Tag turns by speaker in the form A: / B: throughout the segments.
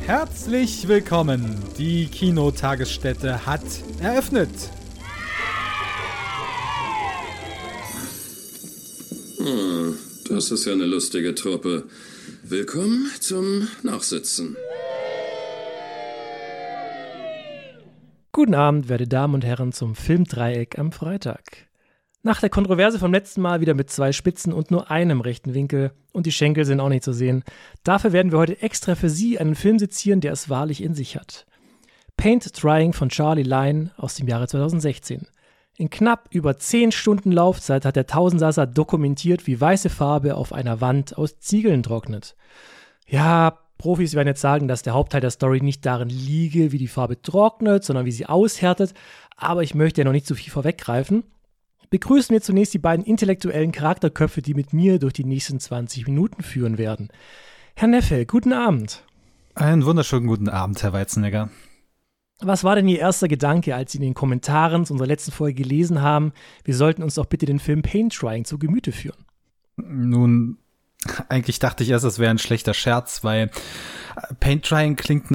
A: Herzlich willkommen. Die Kinotagesstätte hat eröffnet.
B: Das ist ja eine lustige Truppe. Willkommen zum Nachsitzen.
C: Guten Abend, werte Damen und Herren, zum Filmdreieck am Freitag. Nach der Kontroverse vom letzten Mal wieder mit 2 Spitzen und nur einem rechten Winkel und die Schenkel sind auch nicht zu sehen. Dafür werden wir heute extra für Sie einen Film sezieren, der es wahrlich in sich hat. Paint Drying von Charlie Lyon aus dem Jahre 2016. In knapp über 10 Stunden Laufzeit hat der Tausendsasser dokumentiert, wie weiße Farbe auf einer Wand aus Ziegeln trocknet. Ja, Profis werden jetzt sagen, dass der Hauptteil der Story nicht darin liege, wie die Farbe trocknet, sondern wie sie aushärtet, aber ich möchte ja noch nicht zu viel vorweggreifen. Begrüßen wir zunächst die beiden intellektuellen Charakterköpfe, die mit mir durch die nächsten 20 Minuten führen werden. Herr Neffe, guten Abend.
A: Einen wunderschönen guten Abend, Herr Weizenegger.
C: Was war denn Ihr erster Gedanke, als Sie in den Kommentaren zu unserer letzten Folge gelesen haben, wir sollten uns doch bitte den Film Paint Drying zu Gemüte führen?
A: Nun, eigentlich dachte ich erst, das wäre ein schlechter Scherz, weil Paint Drying klingt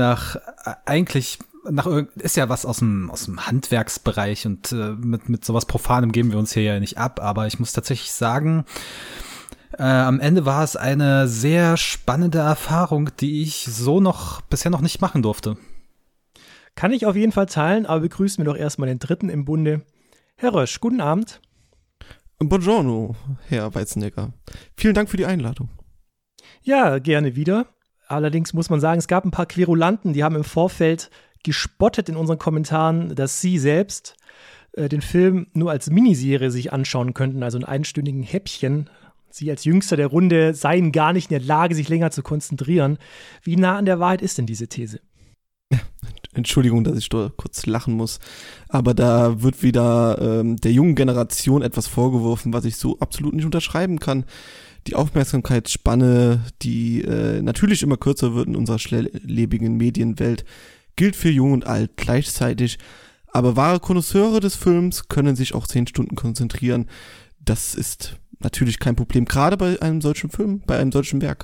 A: ist ja was aus dem Handwerksbereich und mit sowas Profanem geben wir uns hier ja nicht ab, aber ich muss tatsächlich sagen, am Ende war es eine sehr spannende Erfahrung, die ich so bisher noch nicht machen durfte.
C: Kann ich auf jeden Fall teilen, aber begrüßen wir doch erstmal den Dritten im Bunde. Herr Rösch, guten Abend.
D: Buongiorno, Herr Weizenegger. Vielen Dank für die Einladung.
C: Ja, gerne wieder. Allerdings muss man sagen, es gab ein paar Querulanten, die haben im Vorfeld gespottet in unseren Kommentaren, dass sie selbst den Film nur als Miniserie sich anschauen könnten, also in einstündigen Häppchen. Sie als Jüngster der Runde seien gar nicht in der Lage, sich länger zu konzentrieren. Wie nah an der Wahrheit ist denn diese These?
D: Entschuldigung, dass ich da kurz lachen muss, aber da wird wieder der jungen Generation etwas vorgeworfen, was ich so absolut nicht unterschreiben kann. Die Aufmerksamkeitsspanne, die natürlich immer kürzer wird in unserer schnelllebigen Medienwelt, gilt für Jung und Alt gleichzeitig. Aber wahre Konnoisseure des Films können sich auch 10 Stunden konzentrieren. Das ist natürlich kein Problem, gerade bei einem solchen Film, bei einem solchen Werk.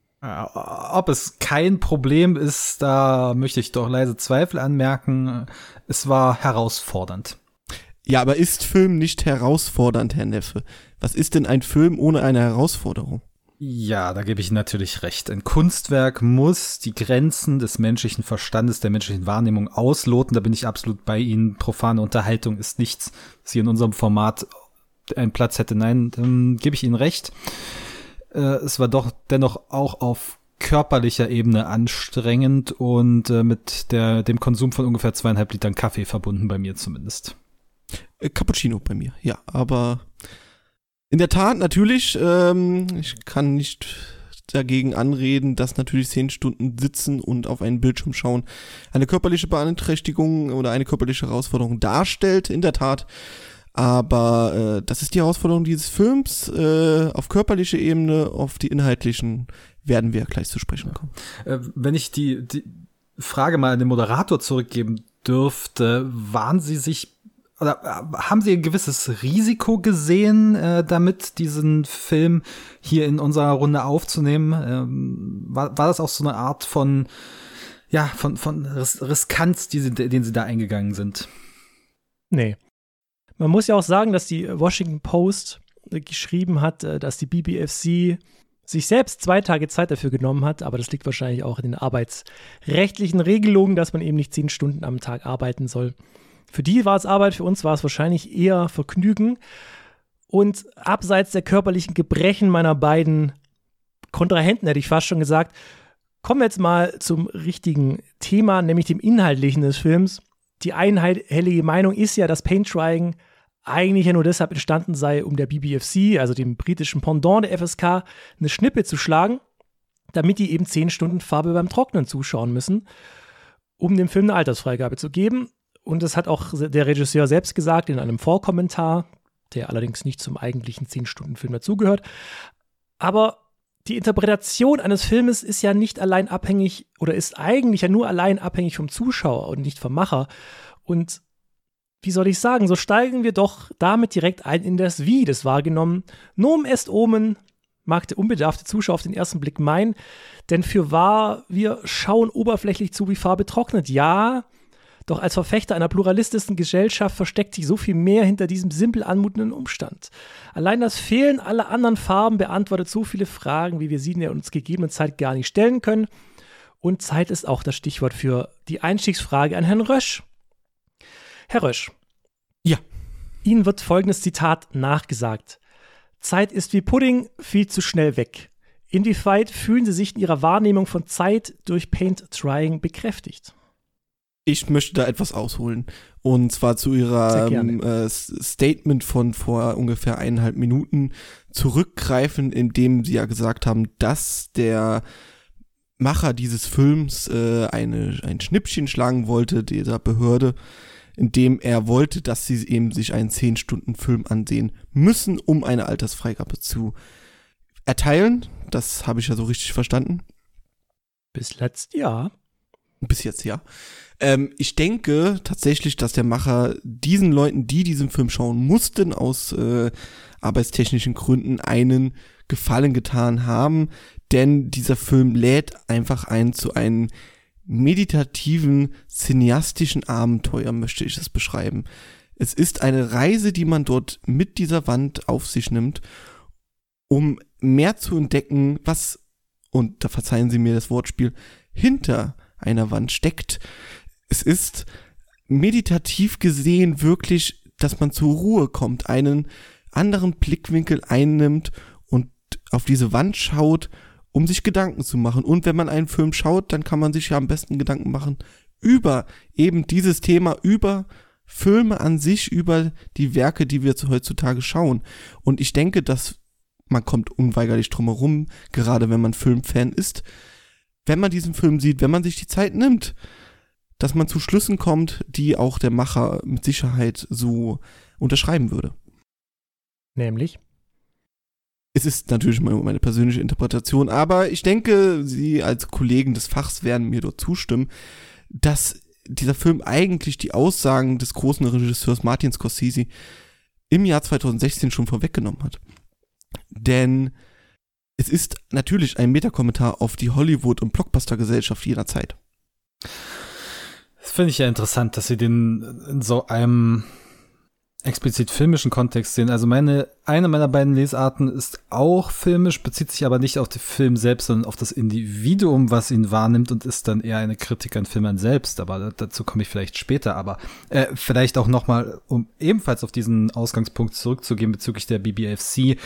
A: Ob es kein Problem ist, da möchte ich doch leise Zweifel anmerken. Es war herausfordernd.
D: Ja, aber ist Film nicht herausfordernd, Herr Neffe? Was ist denn ein Film ohne eine Herausforderung?
A: Ja, da gebe ich Ihnen natürlich recht. Ein Kunstwerk muss die Grenzen des menschlichen Verstandes, der menschlichen Wahrnehmung ausloten. Da bin ich absolut bei Ihnen. Profane Unterhaltung ist nichts, was hier in unserem Format einen Platz hätte. Nein, dann gebe ich Ihnen recht. Es war doch dennoch auch auf körperlicher Ebene anstrengend und mit dem Konsum von ungefähr 2,5 Litern Kaffee verbunden, bei mir zumindest.
D: Cappuccino bei mir, ja, aber in der Tat natürlich, ich kann nicht dagegen anreden, dass natürlich 10 Stunden sitzen und auf einen Bildschirm schauen eine körperliche Beeinträchtigung oder eine körperliche Herausforderung darstellt, in der Tat. Aber das ist die Herausforderung dieses Films. Auf körperlicher Ebene, auf die inhaltlichen werden wir gleich zu sprechen kommen.
A: Wenn ich die Frage mal an den Moderator zurückgeben dürfte, haben Sie ein gewisses Risiko gesehen, damit diesen Film hier in unserer Runde aufzunehmen? War das auch so eine Art von Riskanz, den Sie da eingegangen sind?
C: Nee. Man muss ja auch sagen, dass die Washington Post geschrieben hat, dass die BBFC sich selbst 2 Tage Zeit dafür genommen hat, aber das liegt wahrscheinlich auch in den arbeitsrechtlichen Regelungen, dass man eben nicht 10 Stunden am Tag arbeiten soll. Für die war es Arbeit, für uns war es wahrscheinlich eher Vergnügen. Und abseits der körperlichen Gebrechen meiner beiden Kontrahenten, hätte ich fast schon gesagt, kommen wir jetzt mal zum richtigen Thema, nämlich dem Inhaltlichen des Films. Die einhellige Meinung ist ja, dass Paint Drying eigentlich ja nur deshalb entstanden sei, um der BBFC, also dem britischen Pendant der FSK, eine Schnippe zu schlagen, damit die eben 10 Stunden Farbe beim Trocknen zuschauen müssen, um dem Film eine Altersfreigabe zu geben. Und das hat auch der Regisseur selbst gesagt in einem Vorkommentar, der allerdings nicht zum eigentlichen 10-Stunden-Film dazugehört. Aber die Interpretation eines Filmes ist ja nicht allein abhängig oder ist eigentlich ja nur allein abhängig vom Zuschauer und nicht vom Macher. Und wie soll ich sagen, so steigen wir doch damit direkt ein in das Wie des Wahrgenommen. Nomen est omen, mag der unbedarfte Zuschauer auf den ersten Blick meinen. Denn fürwahr, wir schauen oberflächlich zu, wie Farbe trocknet. Ja, doch als Verfechter einer pluralistischen Gesellschaft versteckt sich so viel mehr hinter diesem simpel anmutenden Umstand. Allein das Fehlen aller anderen Farben beantwortet so viele Fragen, wie wir sie in uns gegebenen Zeit gar nicht stellen können. Und Zeit ist auch das Stichwort für die Einstiegsfrage an Herrn Rösch. Herr Rösch.
D: Ja.
C: Ihnen wird folgendes Zitat nachgesagt. Zeit ist wie Pudding, viel zu schnell weg. Inwieweit fühlen Sie sich in Ihrer Wahrnehmung von Zeit durch Paint-Drying bekräftigt?
D: Ich möchte da etwas ausholen. Und zwar zu Ihrer Statement von vor ungefähr 1,5 Minuten zurückgreifen, in dem Sie ja gesagt haben, dass der Macher dieses Films ein Schnippchen schlagen wollte, dieser Behörde, indem er wollte, dass sie eben sich einen 10-Stunden-Film ansehen müssen, um eine Altersfreigabe zu erteilen. Das habe ich ja so richtig verstanden.
C: Bis jetzt ja.
D: Bis jetzt ja. Ich denke tatsächlich, dass der Macher diesen Leuten, die diesen Film schauen mussten, aus arbeitstechnischen Gründen einen Gefallen getan haben, denn dieser Film lädt einfach ein zu einem meditativen, cineastischen Abenteuer, möchte ich es beschreiben. Es ist eine Reise, die man dort mit dieser Wand auf sich nimmt, um mehr zu entdecken, was, und da verzeihen Sie mir das Wortspiel, hinter einer Wand steckt. Es ist meditativ gesehen wirklich, dass man zur Ruhe kommt, einen anderen Blickwinkel einnimmt und auf diese Wand schaut, um sich Gedanken zu machen. Und wenn man einen Film schaut, dann kann man sich ja am besten Gedanken machen über eben dieses Thema, über Filme an sich, über die Werke, die wir heutzutage schauen. Und ich denke, dass man kommt unweigerlich drum herum, gerade wenn man Filmfan ist, wenn man diesen Film sieht, wenn man sich die Zeit nimmt, dass man zu Schlüssen kommt, die auch der Macher mit Sicherheit so unterschreiben würde.
C: Nämlich?
D: Es ist natürlich meine persönliche Interpretation, aber ich denke, Sie als Kollegen des Fachs werden mir dort zustimmen, dass dieser Film eigentlich die Aussagen des großen Regisseurs Martin Scorsese im Jahr 2016 schon vorweggenommen hat. Denn es ist natürlich ein Metakommentar auf die Hollywood- und Blockbuster-Gesellschaft jener Zeit.
A: Das finde ich ja interessant, dass Sie den in so einem explizit filmischen Kontext sehen. Also eine meiner beiden Lesarten ist auch filmisch, bezieht sich aber nicht auf den Film selbst, sondern auf das Individuum, was ihn wahrnimmt, und ist dann eher eine Kritik an Filmern selbst. Aber dazu komme ich vielleicht später. Aber vielleicht auch nochmal, um ebenfalls auf diesen Ausgangspunkt zurückzugehen bezüglich der BBFC,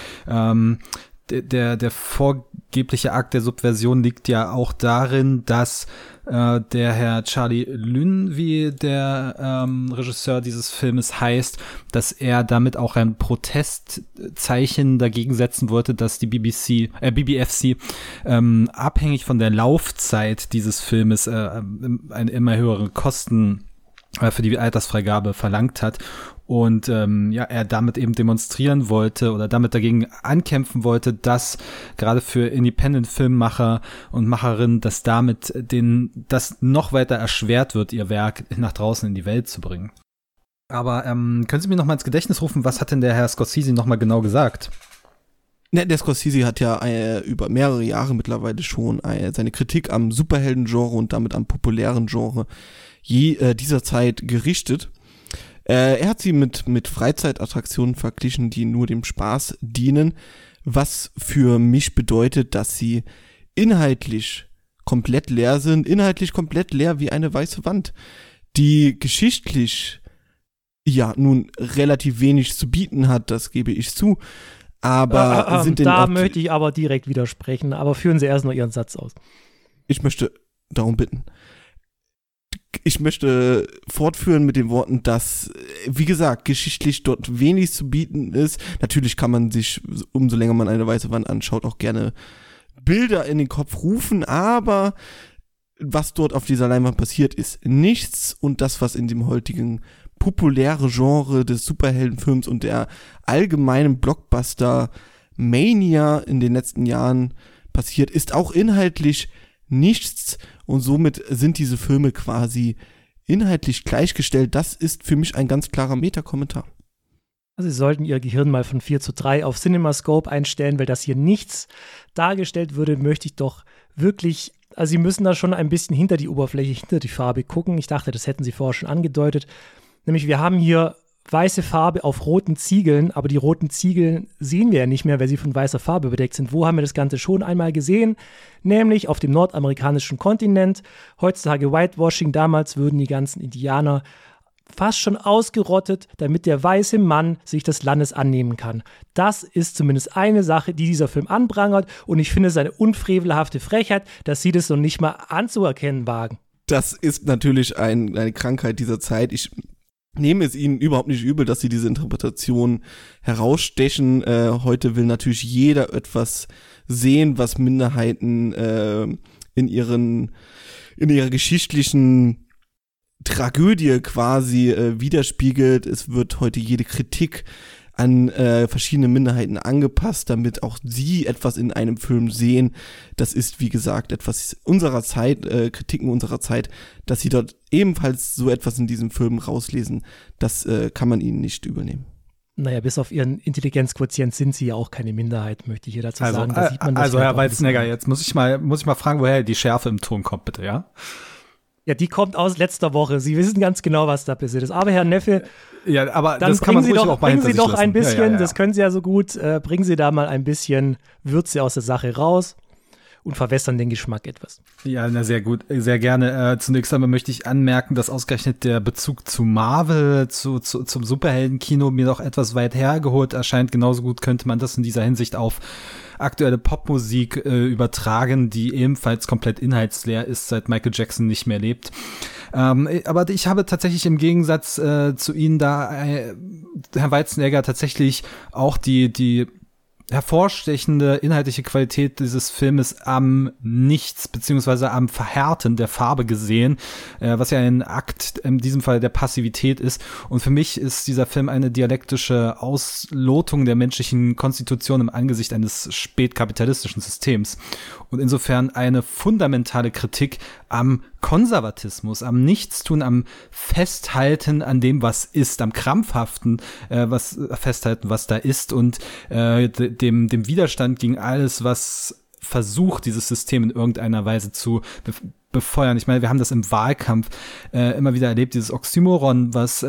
A: der vorgebliche Akt der Subversion liegt ja auch darin, dass der Herr Charlie Lynn, wie der Regisseur dieses Filmes heißt, dass er damit auch ein Protestzeichen dagegen setzen wollte, dass die BBFC abhängig von der Laufzeit dieses Filmes eine immer höhere Kosten für die Altersfreigabe verlangt hat. Und er damit eben demonstrieren wollte oder damit dagegen ankämpfen wollte, dass gerade für Independent-Filmmacher und Macherinnen, dass damit das noch weiter erschwert wird, ihr Werk nach draußen in die Welt zu bringen. Aber können Sie mir noch mal ins Gedächtnis rufen, was hat denn der Herr Scorsese noch mal genau gesagt?
D: Ne, der Scorsese hat ja über mehrere Jahre mittlerweile schon seine Kritik am Superhelden-Genre und damit am populären Genre dieser Zeit gerichtet. Er hat sie mit Freizeitattraktionen verglichen, die nur dem Spaß dienen, was für mich bedeutet, dass sie inhaltlich komplett leer sind, inhaltlich komplett leer wie eine weiße Wand, die geschichtlich ja nun relativ wenig zu bieten hat, das gebe ich zu, aber sind
C: da möchte ich aber direkt widersprechen, aber führen Sie erst noch Ihren Satz aus.
D: Ich möchte darum bitten. Ich möchte fortführen mit den Worten, dass, wie gesagt, geschichtlich dort wenig zu bieten ist. Natürlich kann man sich, umso länger man eine weiße Wand anschaut, auch gerne Bilder in den Kopf rufen, aber was dort auf dieser Leinwand passiert, ist nichts, und das, was in dem heutigen populäre Genre des Superheldenfilms und der allgemeinen Blockbuster-Mania in den letzten Jahren passiert, ist auch inhaltlich nichts, und somit sind diese Filme quasi inhaltlich gleichgestellt. Das ist für mich ein ganz klarer Metakommentar.
C: Also sie sollten ihr Gehirn mal von 4:3 auf CinemaScope einstellen, weil das hier nichts dargestellt würde, möchte ich doch wirklich, also sie müssen da schon ein bisschen hinter die Oberfläche, hinter die Farbe gucken. Ich dachte, das hätten sie vorher schon angedeutet. Nämlich wir haben hier weiße Farbe auf roten Ziegeln, aber die roten Ziegel sehen wir ja nicht mehr, weil sie von weißer Farbe bedeckt sind. Wo haben wir das Ganze schon einmal gesehen? Nämlich auf dem nordamerikanischen Kontinent. Heutzutage Whitewashing, damals würden die ganzen Indianer fast schon ausgerottet, damit der weiße Mann sich des Landes annehmen kann. Das ist zumindest eine Sache, die dieser Film anprangert und ich finde es eine unfrevelhafte Frechheit, dass sie das noch nicht mal anzuerkennen wagen.
D: Das ist natürlich eine Krankheit dieser Zeit. Ich nehme es ihnen überhaupt nicht übel, dass sie diese Interpretation herausstechen. Heute will natürlich jeder etwas sehen, was Minderheiten in ihrer geschichtlichen Tragödie quasi widerspiegelt. Es wird heute jede Kritik an verschiedene Minderheiten angepasst, damit auch sie etwas in einem Film sehen. Das ist, wie gesagt, etwas unserer Zeit, Kritiken unserer Zeit, dass sie dort ebenfalls so etwas in diesem Film rauslesen. Das kann man ihnen nicht übernehmen.
C: Naja, bis auf ihren Intelligenzquotient sind sie ja auch keine Minderheit, möchte ich hier dazu sagen. Da sieht man das
A: also Herr Weizenegger, jetzt muss ich mal fragen, woher die Schärfe im Ton kommt, bitte, ja?
C: Ja, die kommt aus letzter Woche. Sie wissen ganz genau, was da passiert ist. Aber Herr Neffe,
A: ja, aber
C: dann
A: das kann man ruhig auch mal
C: bringen Sie doch
A: lassen.
C: ein bisschen,
A: ja.
C: Das können Sie ja so gut, bringen Sie da mal ein bisschen Würze aus der Sache raus und verwässern den Geschmack etwas.
A: Ja, na sehr gut, sehr gerne. Zunächst einmal möchte ich anmerken, dass ausgerechnet der Bezug zu Marvel, zum Superheldenkino mir doch etwas weit hergeholt erscheint. Genauso gut könnte man das in dieser Hinsicht auf aktuelle Popmusik übertragen, die ebenfalls komplett inhaltsleer ist, seit Michael Jackson nicht mehr lebt. Aber ich habe tatsächlich im Gegensatz zu Ihnen da, Herr Weizenegger, tatsächlich auch die hervorstechende inhaltliche Qualität dieses Filmes am Nichts beziehungsweise am Verhärten der Farbe gesehen, was ja ein Akt in diesem Fall der Passivität ist. Und für mich ist dieser Film eine dialektische Auslotung der menschlichen Konstitution im Angesicht eines spätkapitalistischen Systems. Und insofern eine fundamentale Kritik am Konservatismus, am Nichtstun, am Festhalten an dem, was ist, am krampfhaften Festhalten, was da ist und dem Widerstand gegen alles, was versucht, dieses System in irgendeiner Weise zu befeuern. Ich meine, wir haben das im Wahlkampf immer wieder erlebt, dieses Oxymoron, was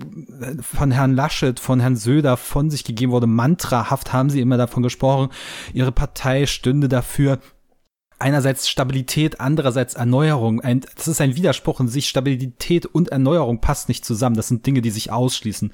A: von Herrn Laschet, von Herrn Söder von sich gegeben wurde. Mantrahaft haben sie immer davon gesprochen, ihre Partei stünde dafür, einerseits Stabilität, andererseits Erneuerung. Das ist ein Widerspruch in sich. Stabilität und Erneuerung passt nicht zusammen. Das sind Dinge, die sich ausschließen.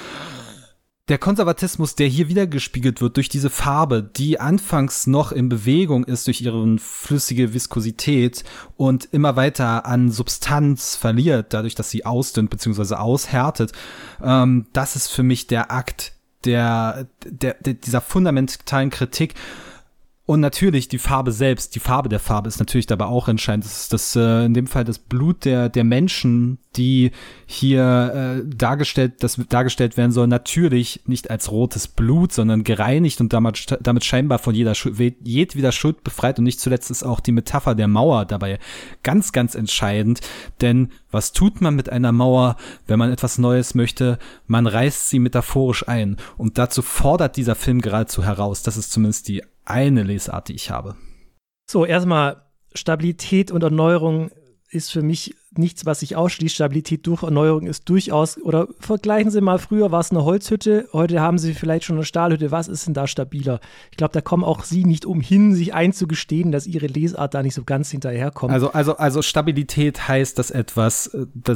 A: Der Konservatismus, der hier wiedergespiegelt wird durch diese Farbe, die anfangs noch in Bewegung ist durch ihre flüssige Viskosität und immer weiter an Substanz verliert, dadurch, dass sie ausdünnt bzw. aushärtet, das ist für mich der Akt dieser fundamentalen Kritik. Und natürlich die Farbe selbst, die Farbe der Farbe ist natürlich dabei auch entscheidend. Das ist in dem Fall das Blut der Menschen, die hier dargestellt werden soll, natürlich nicht als rotes Blut, sondern gereinigt und damit scheinbar von jedweder Schuld befreit. Und nicht zuletzt ist auch die Metapher der Mauer dabei ganz, ganz entscheidend. Denn was tut man mit einer Mauer, wenn man etwas Neues möchte? Man reißt sie metaphorisch ein. Und dazu fordert dieser Film geradezu heraus. Das ist zumindest die eine Lesart, die ich habe.
C: So, erstmal, Stabilität und Erneuerung ist für mich nichts, was sich ausschließt. Stabilität durch Erneuerung ist durchaus, oder vergleichen Sie mal, früher war es eine Holzhütte, heute haben Sie vielleicht schon eine Stahlhütte. Was ist denn da stabiler? Ich glaube, da kommen auch Sie nicht umhin, sich einzugestehen, dass Ihre Lesart da nicht so ganz hinterherkommt.
A: Also Stabilität heißt, dass etwas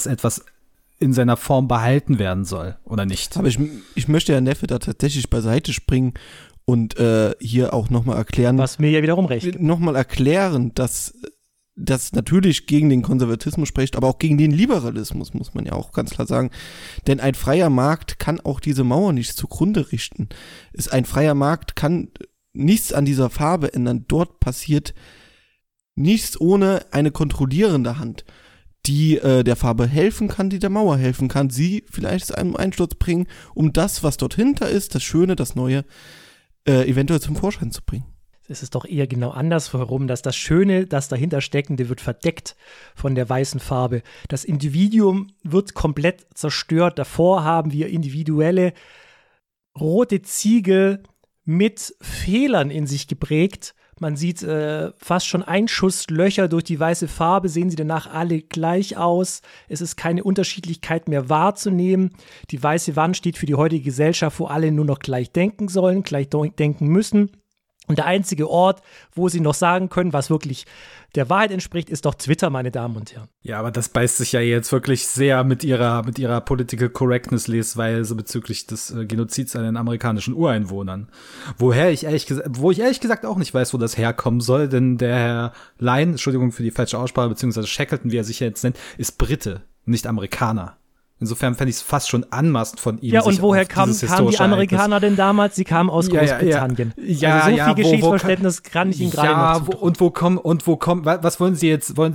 A: in seiner Form behalten werden soll, oder nicht?
D: Aber ich möchte Herrn Neffe da tatsächlich beiseite springen und hier auch nochmal erklären.
C: Was mir ja wiederum recht gibt.
D: Nochmal erklären, dass das natürlich gegen den Konservatismus spricht, aber auch gegen den Liberalismus, muss man ja auch ganz klar sagen. Denn ein freier Markt kann auch diese Mauer nicht zugrunde richten. Ein freier Markt kann nichts an dieser Farbe ändern. Dort passiert nichts ohne eine kontrollierende Hand, die der Farbe helfen kann, die der Mauer helfen kann, sie vielleicht zu einem Einsturz bringen, um das, was dort hinter ist, das Schöne, das Neue, eventuell zum Vorschein zu bringen.
C: Es ist doch eher genau andersherum, dass das Schöne, das dahinter Steckende wird verdeckt von der weißen Farbe. Das Individuum wird komplett zerstört. Davor haben wir individuelle rote Ziegel mit Fehlern in sich geprägt. Man sieht fast schon Einschusslöcher durch die weiße Farbe, sehen sie danach alle gleich aus. Es ist keine Unterschiedlichkeit mehr wahrzunehmen. Die weiße Wand steht für die heutige Gesellschaft, wo alle nur noch gleich denken sollen, gleich denken müssen. Und der einzige Ort, wo sie noch sagen können, was wirklich der Wahrheit entspricht, ist doch Twitter, meine Damen und Herren.
A: Ja, aber das beißt sich ja jetzt wirklich sehr mit ihrer Political Correctness-Lesweise bezüglich des Genozids an den amerikanischen Ureinwohnern. Wo ich ehrlich gesagt auch nicht weiß, wo das herkommen soll, denn der Herr Lyon, Entschuldigung für die falsche Aussprache, beziehungsweise Shackleton, wie er sich jetzt nennt, ist Brite, nicht Amerikaner. Insofern fände ich es fast schon anmaßend von ihm.
C: Ja, und woher kamen die Amerikaner denn damals? Sie kamen aus Großbritannien.
A: Ja,
C: also so viel Geschichtsverständnis kann ich Ihnen gerade noch zutrauen.
A: Was wollen Sie jetzt, wenn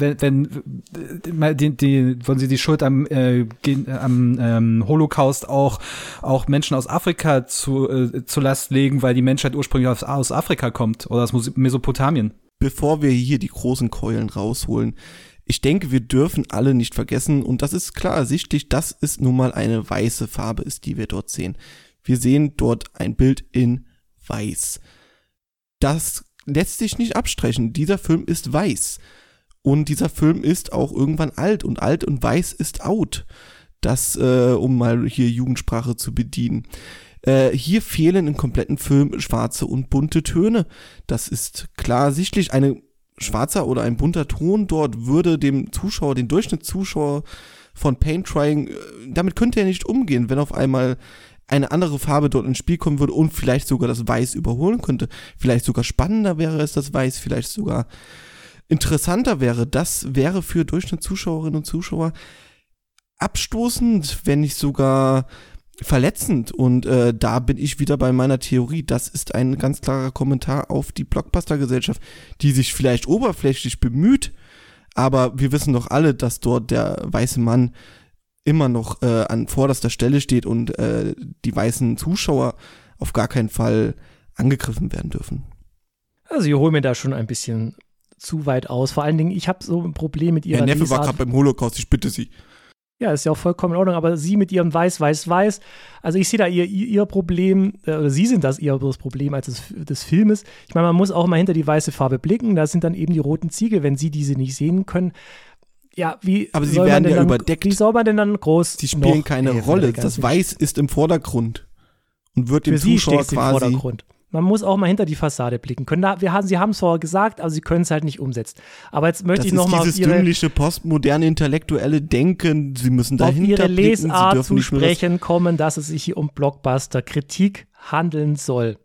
A: wollen Sie die Schuld am Holocaust auch Menschen aus Afrika zu Last legen, weil die Menschheit ursprünglich aus Afrika kommt oder aus Mesopotamien?
D: Bevor wir hier die großen Keulen rausholen, ich denke, wir dürfen alle nicht vergessen, und das ist klar ersichtlich, dass es nun mal eine weiße Farbe ist, die wir dort sehen. Wir sehen dort ein Bild in weiß. Das lässt sich nicht abstreichen. Dieser Film ist weiß. Und dieser Film ist auch irgendwann alt und weiß ist out. Das, um mal hier Jugendsprache zu bedienen. Hier fehlen im kompletten Film schwarze und bunte Töne. Das ist klar ersichtlich. Eine schwarzer oder ein bunter Ton dort würde dem Zuschauer, den Durchschnittszuschauer von Paint Trying, damit könnte er nicht umgehen, wenn auf einmal eine andere Farbe dort ins Spiel kommen würde und vielleicht sogar das Weiß überholen könnte. Vielleicht sogar spannender wäre es, das Weiß, vielleicht sogar interessanter wäre. Das wäre für Durchschnittszuschauerinnen und Zuschauer abstoßend, wenn nicht sogar verletzend, und da bin ich wieder bei meiner Theorie. Das ist ein ganz klarer Kommentar auf die Blockbuster-Gesellschaft, die sich vielleicht oberflächlich bemüht, aber wir wissen doch alle, dass dort der weiße Mann immer noch an vorderster Stelle steht und die weißen Zuschauer auf gar keinen Fall angegriffen werden dürfen.
C: Also ihr holt mir da schon ein bisschen zu weit aus. Vor allen Dingen, ich habe so ein Problem mit ihrer
D: Herr Neffe war gerade beim Holocaust, ich bitte Sie.
C: Ja, ist ja auch vollkommen in Ordnung, aber sie mit ihrem Weiß, also ich sehe da ihr Problem, oder sie sind das Problem als des Filmes. Ich meine, man muss auch mal hinter die weiße Farbe blicken, da sind dann eben die roten Ziegel, wenn sie diese nicht sehen können. Ja,
D: aber sie werden ja überdeckt.
C: Wie soll man denn dann groß
D: Sie spielen keine Rolle, das Weiß ist im Vordergrund und wird dem Zuschauer quasi...
C: Im Vordergrund. Man muss auch mal hinter die Fassade blicken können. Sie haben es vorher gesagt, aber sie können es halt nicht umsetzen. Aber jetzt möchte ich nochmal
D: auf dieses dümmliche, postmoderne, intellektuelle Denken, sie müssen dahinter blicken.
C: Ihre Lesart zu sprechen kommen, dass es sich hier um Blockbuster-Kritik handeln soll.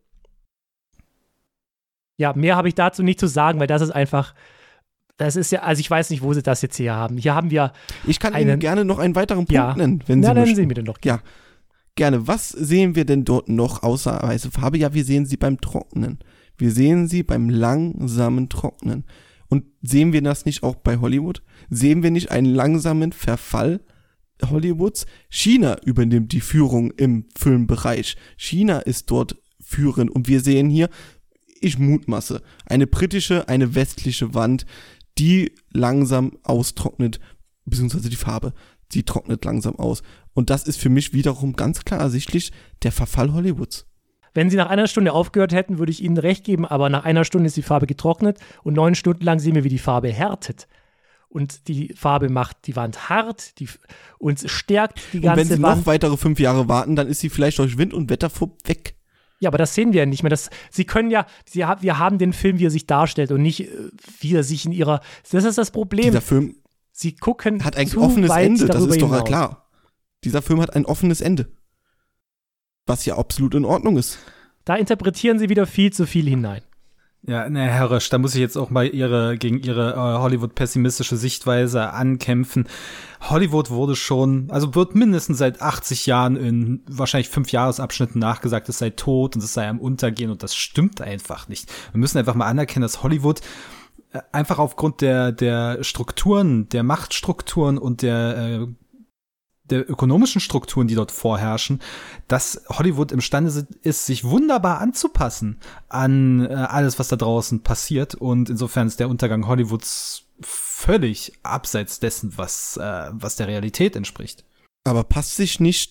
C: Ja, mehr habe ich dazu nicht zu sagen, weil das ist einfach, das ist ja, also ich weiß nicht, wo sie das jetzt hier haben. Hier haben wir
D: Ich kann Ihnen gerne noch einen weiteren Punkt nennen, wenn Sie möchten.
C: Nennen Sie mir den doch.
D: Ja. Gerne. Was sehen wir denn dort noch außer weiße Farbe? Ja, wir sehen sie beim Trocknen. Wir sehen sie beim langsamen Trocknen. Und sehen wir das nicht auch bei Hollywood? Sehen wir nicht einen langsamen Verfall Hollywoods? China übernimmt die Führung im Filmbereich. China ist dort führend. Und wir sehen hier, ich mutmaße, eine britische, eine westliche Wand, die langsam austrocknet, beziehungsweise die Farbe, die trocknet langsam aus. Und das ist für mich wiederum ganz klar ersichtlich der Verfall Hollywoods.
C: Wenn sie nach einer Stunde aufgehört hätten, würde ich Ihnen recht geben, aber nach einer Stunde ist die Farbe getrocknet und 9 Stunden lang sehen wir, wie die Farbe härtet. Und die Farbe macht die Wand hart und stärkt die ganze Wand.
D: Und wenn Sie noch weitere 5 Jahre warten, dann ist sie vielleicht durch Wind und Wetter weg.
C: Ja, aber das sehen wir ja nicht mehr. Wir haben den Film, wie er sich darstellt und nicht, wie er sich in ihrer, das ist das Problem.
D: Dieser Film
C: Sie gucken
D: hat ein offenes Ende, das ist doch klar. Dieser Film hat ein offenes Ende. Was ja absolut in Ordnung ist.
C: Da interpretieren Sie wieder viel zu viel hinein.
A: Ja, Herr Rösch, da muss ich jetzt auch mal gegen Ihre Hollywood-pessimistische Sichtweise ankämpfen. Hollywood wird mindestens seit 80 Jahren in wahrscheinlich 5 Jahresabschnitten nachgesagt, es sei tot und es sei am Untergehen, und das stimmt einfach nicht. Wir müssen einfach mal anerkennen, dass Hollywood einfach aufgrund der Strukturen, der Machtstrukturen und der ökonomischen Strukturen, die dort vorherrschen, dass Hollywood imstande ist, sich wunderbar anzupassen an alles, was da draußen passiert. Und insofern ist der Untergang Hollywoods völlig abseits dessen, was der Realität entspricht.
D: Aber passt sich nicht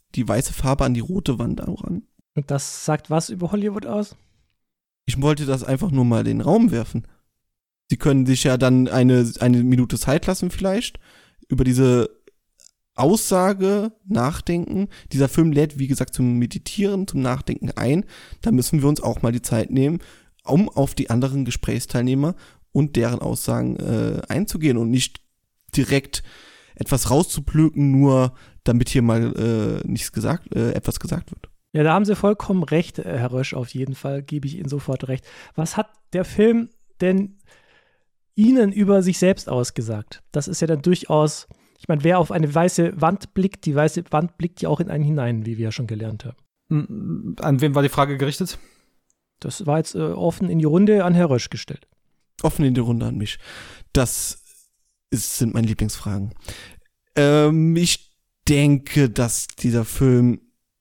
D: die weiße Farbe an die rote Wand auch an.
C: Und das sagt was über Hollywood aus?
D: Ich wollte das einfach nur mal in den Raum werfen. Sie können sich ja dann eine Minute Zeit lassen vielleicht, über diese Aussage nachdenken. Dieser Film lädt, wie gesagt, zum Meditieren, zum Nachdenken ein. Da müssen wir uns auch mal die Zeit nehmen, um auf die anderen Gesprächsteilnehmer und deren Aussagen einzugehen und nicht direkt etwas rauszuplücken, nur damit hier mal etwas gesagt wird.
C: Ja, da haben Sie vollkommen recht, Herr Rösch, auf jeden Fall, gebe ich Ihnen sofort recht. Was hat der Film denn Ihnen über sich selbst ausgesagt? Das ist ja dann durchaus, ich meine, wer auf eine weiße Wand blickt, die weiße Wand blickt ja auch in einen hinein, wie wir ja schon gelernt haben.
A: An wen war die Frage gerichtet?
C: Das war jetzt offen in die Runde an Herr Rösch gestellt.
D: Offen in die Runde an mich. Sind meine Lieblingsfragen. Ich denke, dass dieser Film,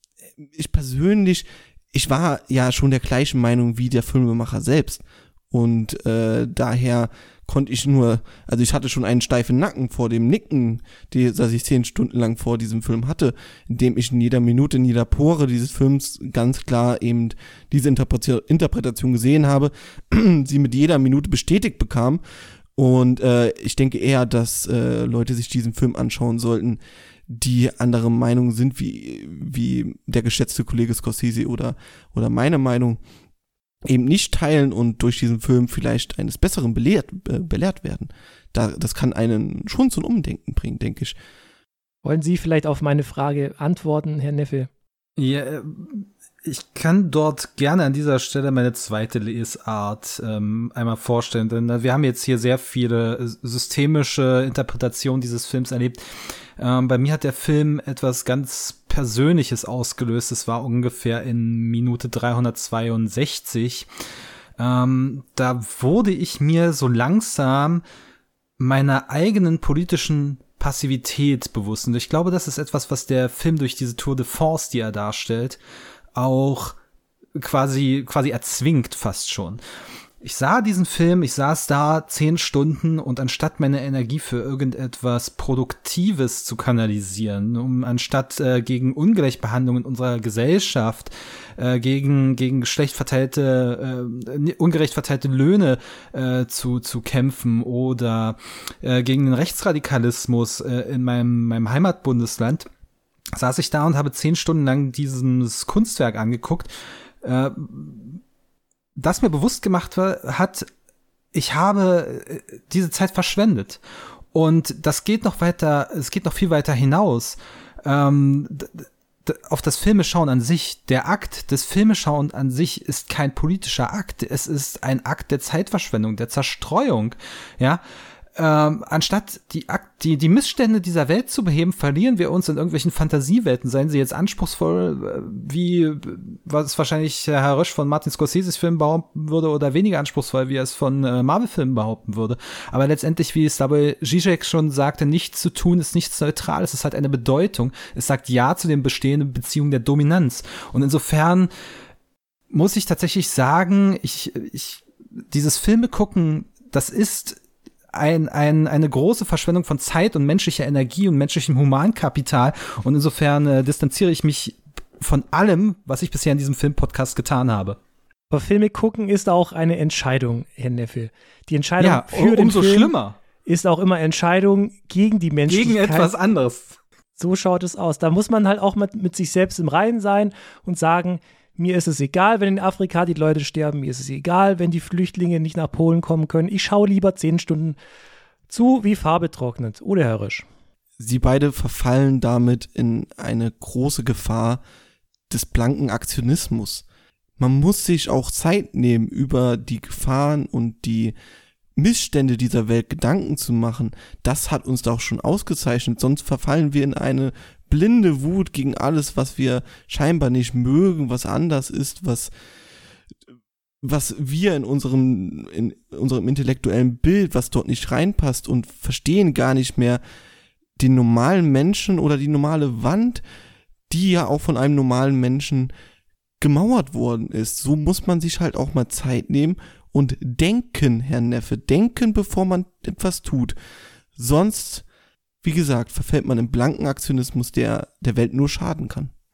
D: ich war ja schon der gleichen Meinung wie der Filmemacher selbst. Und daher konnte ich ich hatte schon einen steifen Nacken vor dem Nicken, das ich 10 Stunden lang vor diesem Film hatte, indem ich in jeder Minute, in jeder Pore dieses Films ganz klar eben diese Interpretation gesehen habe, sie mit jeder Minute bestätigt bekam. Und ich denke eher, dass Leute sich diesen Film anschauen sollten, die andere Meinung sind, wie der geschätzte Kollege Scorsese oder meine Meinung, eben nicht teilen und durch diesen Film vielleicht eines Besseren belehrt werden. Das kann einen schon zum Umdenken bringen, denke ich.
C: Wollen Sie vielleicht auf meine Frage antworten, Herr Neffe?
A: Ja, ich kann dort gerne an dieser Stelle meine zweite Lesart einmal vorstellen, denn wir haben jetzt hier sehr viele systemische Interpretationen dieses Films erlebt. Bei mir hat der Film etwas ganz Persönliches ausgelöst. Es war ungefähr in Minute 362. Da wurde ich mir so langsam meiner eigenen politischen Passivität bewusst. Und ich glaube, das ist etwas, was der Film durch diese Tour de Force, die er darstellt, auch quasi erzwingt fast schon. Ich sah diesen Film, ich saß da 10 Stunden und anstatt meine Energie für irgendetwas Produktives zu kanalisieren, anstatt gegen Ungleichbehandlung in unserer Gesellschaft, gegen ungerecht verteilte Löhne zu kämpfen oder gegen den Rechtsradikalismus in meinem Heimatbundesland, saß ich da und habe 10 Stunden lang dieses Kunstwerk angeguckt, das mir bewusst gemacht hat, ich habe diese Zeit verschwendet. Und das geht noch weiter, es geht noch viel weiter hinaus. Auf das Filmeschauen an sich, der Akt des Filmeschauen an sich ist kein politischer Akt. Es ist ein Akt der Zeitverschwendung, der Zerstreuung, ja. Anstatt die Missstände dieser Welt zu beheben, verlieren wir uns in irgendwelchen Fantasiewelten, seien sie jetzt anspruchsvoll, wie was wahrscheinlich Herr Rösch von Martin Scorseses Film behaupten würde, oder weniger anspruchsvoll, wie er es von Marvel-Filmen behaupten würde. Aber letztendlich, wie es Slavoj Žižek schon sagte, nichts zu tun ist nichts Neutrales, es hat eine Bedeutung. Es sagt Ja zu den bestehenden Beziehungen der Dominanz. Und insofern muss ich tatsächlich sagen, dieses Filme gucken, das ist eine große Verschwendung von Zeit und menschlicher Energie und menschlichem Humankapital. Und insofern distanziere ich mich von allem, was ich bisher in diesem Film-Podcast getan habe.
C: Aber Filme gucken ist auch eine Entscheidung, Herr Neffe. Die Entscheidung für den
A: umso
C: Film
A: schlimmer.
C: Ist auch immer Entscheidung gegen die Menschlichkeit.
A: Gegen etwas anderes.
C: So schaut es aus. Da muss man halt auch mit sich selbst im Reinen sein und sagen, mir ist es egal, wenn in Afrika die Leute sterben. Mir ist es egal, wenn die Flüchtlinge nicht nach Polen kommen können. Ich schaue lieber 10 Stunden zu, wie Farbe trocknet. Oder, Herr Rösch?
D: Sie beide verfallen damit in eine große Gefahr des blanken Aktionismus. Man muss sich auch Zeit nehmen, über die Gefahren und die Missstände dieser Welt Gedanken zu machen. Das hat uns doch schon ausgezeichnet. Sonst verfallen wir in eine blinde Wut gegen alles, was wir scheinbar nicht mögen, was anders ist, was wir in unserem intellektuellen Bild, was dort nicht reinpasst, und verstehen gar nicht mehr den normalen Menschen oder die normale Wand, die ja auch von einem normalen Menschen gemauert worden ist. So muss man sich halt auch mal Zeit nehmen und denken, Herr Neffe, denken, bevor man etwas tut. Sonst, wie gesagt, verfällt man im blanken Aktionismus, der Welt nur schaden kann.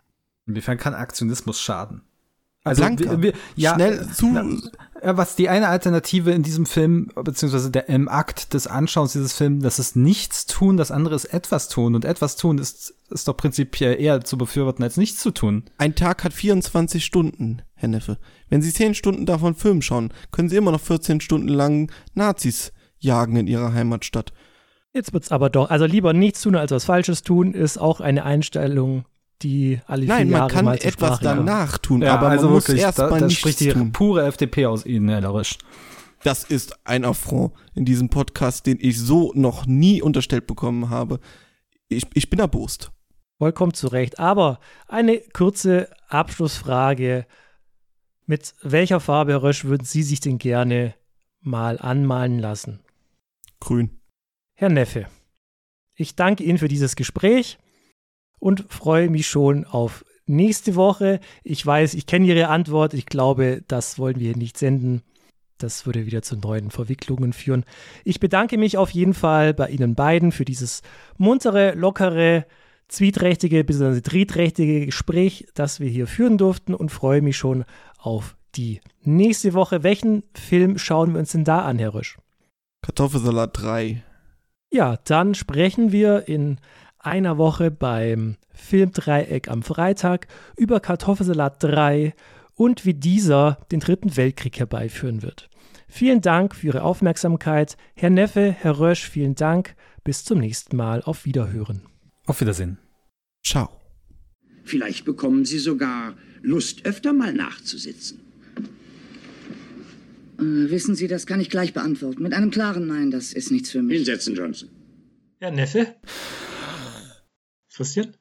A: Inwiefern kann Aktionismus schaden? Also
D: Blanker. Schnell zu.
A: Was die eine Alternative in diesem Film, beziehungsweise im Akt des Anschauens dieses Films, das ist nichts tun, das andere ist etwas tun. Und etwas tun ist doch prinzipiell eher zu befürworten, als nichts zu tun.
D: Ein Tag hat 24 Stunden, Herr Neffe. Wenn Sie 10 Stunden davon Film schauen, können Sie immer noch 14 Stunden lang Nazis jagen in Ihrer Heimatstadt.
C: Jetzt wird's aber doch, also lieber nichts tun als was Falsches tun, ist auch eine Einstellung, die alle 4 Jahre
D: Nein, man kann
C: mal zur
D: etwas
C: Sprache kommt.
D: danach tun,
A: Ja,
D: aber
A: also
D: man muss
A: wirklich,
D: erst mal
A: da
D: nichts
A: spricht die
D: tun.
A: pure FDP aus Ihnen, Herr Larisch.
D: Das ist ein Affront in diesem Podcast, den ich so noch nie unterstellt bekommen habe. Ich bin erbost.
C: Vollkommen zu Recht. Aber eine kurze Abschlussfrage. Mit welcher Farbe, Herr Rösch, würden Sie sich denn gerne mal anmalen lassen?
D: Grün.
C: Herr Neffe, ich danke Ihnen für dieses Gespräch und freue mich schon auf nächste Woche. Ich weiß, ich kenne Ihre Antwort. Ich glaube, das wollen wir nicht senden. Das würde wieder zu neuen Verwicklungen führen. Ich bedanke mich auf jeden Fall bei Ihnen beiden für dieses muntere, lockere, zwieträchtige bzw. trieträchtige Gespräch, das wir hier führen durften und freue mich schon auf die nächste Woche. Welchen Film schauen wir uns denn da an, Herr Rösch?
D: Kartoffelsalat 3.
C: Ja, dann sprechen wir in einer Woche beim Filmdreieck am Freitag über Kartoffelsalat 3 und wie dieser den Dritten Weltkrieg herbeiführen wird. Vielen Dank für Ihre Aufmerksamkeit. Herr Neffe, Herr Rösch, vielen Dank. Bis zum nächsten Mal. Auf Wiederhören.
A: Auf Wiedersehen.
D: Ciao.
E: Vielleicht bekommen Sie sogar Lust, öfter mal nachzusitzen.
F: Wissen Sie, das kann ich gleich beantworten. Mit einem klaren Nein, das ist nichts für mich.
E: Hinsetzen, Johnson.
C: Herr Neffe? Christian?